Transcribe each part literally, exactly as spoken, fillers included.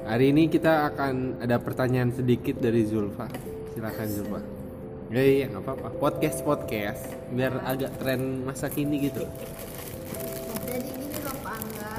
Hari ini kita akan ada pertanyaan sedikit dari Zulfa. Silakan Zulfa. Ya iya nggak apa-apa. Podcast podcast biar agak tren masa kini gitu. Jadi gini loh Pak Angga.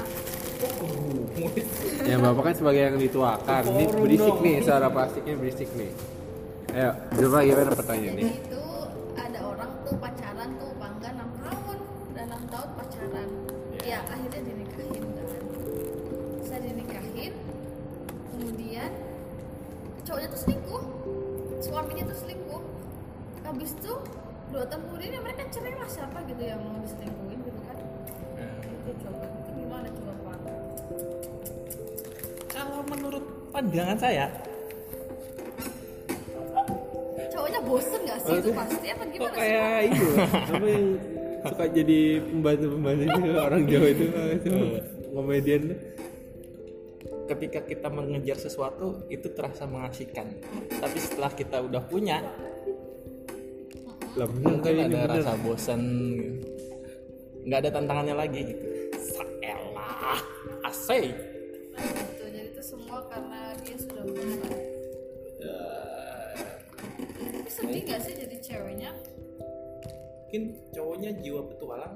Ya bapak kan sebagai yang dituakan. Ini berisik nih, suara plastiknya berisik nih. Ayo Zulfa, gimana pertanyaannya? Jadi itu ada orang tuh pacaran tuh Pak Angga enam tahun dan enam tahun pacaran. Ya akhirnya dinikahin kan. Saya dinikahin. Kemudian cowoknya tuh selingkuh. Suaminya tuh selingkuh. Habis itu dua tahun kemudian ya mereka cerai lah, siapa gitu yang mau diselingkuhin gitu kan. Itu coba itu gimana coba Pak Angga? Kalau menurut pandangan saya, Cowoknya bosen gak sih itu pasti apa Kok gimana sih? kayak itu? Apa yang suka jadi pembantu-pembantu itu orang Jawa itu, itu komedian tuh. ketika kita mengejar sesuatu itu terasa mengasihkan. Tapi setelah kita udah punya, Lah bener mungkin kali ini ada bener. rasa bosan, nggak ada tantangannya lagi gitu. Saelah, asik. Gitu, jadi itu semua karena dia sudah bosan. Tapi sedih gak sih jadi ceweknya? Mungkin cowoknya jiwa petualang.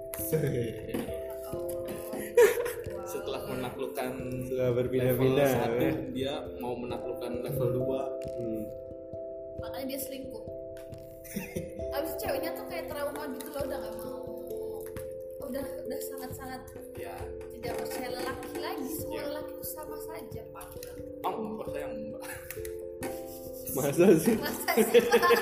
Oh, Setelah menaklukkan Sudah level berpindah-pindah. satu, ya. dia mau menaklukkan level dua. Hmm. makanya dia selingkuh. Habis itu ceweknya tuh kayak trauma gitu loh, udah gak mau, udah udah sangat-sangat Ya, tidak percaya lelaki lagi. Semua Ya. lelaki itu sama saja Pak. oh, kok saya mbak. Masa sih? Masa sih Pak?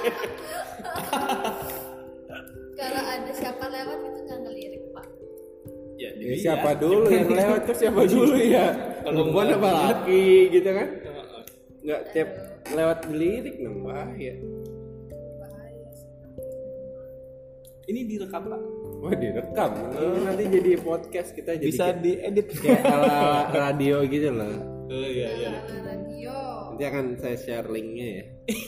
Kalau ada siapa lewat itu nggak ngelirik Pak. Ya, Ya, dia- siapa dulu yang lewat tuh siapa dulu ya? Kalau Perempuan enggak apa dilihat. laki gitu kan? Heeh. Nggak tiap lewat dilirik dong bahaya. Bahaya sih. Ini direkam pak. Wah direkam. Ini nanti jadi podcast kita jadi Bisa kayak- diedit. kayak ala radio gitu loh. Oh iya iya. Ala radio. Nanti akan saya share linknya ya.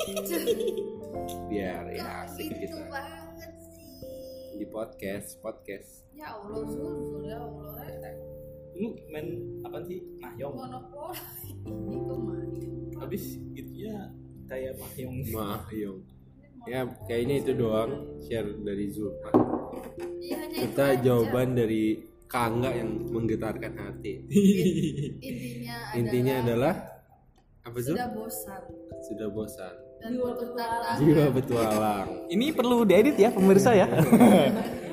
Biar ya Kok asik gitu kita banget sih. di podcast podcast. Ya Allah, Zul, Zul, ya Allah, eh, Lu main apa sih? Mahjong. monopoli itu mah. Habis gitunya kayak mahjong. Mahyong. Ya kayaknya itu doang share dari Zulfa. Iya, hanya itu Kita aja. jawaban dari Kangga yang menggetarkan hati. Intinya adalah, Intinya adalah apa Zul? sudah bosan Sudah bosan. dan bertata Jiwa petualang. Ini perlu diedit ya pemirsa ya.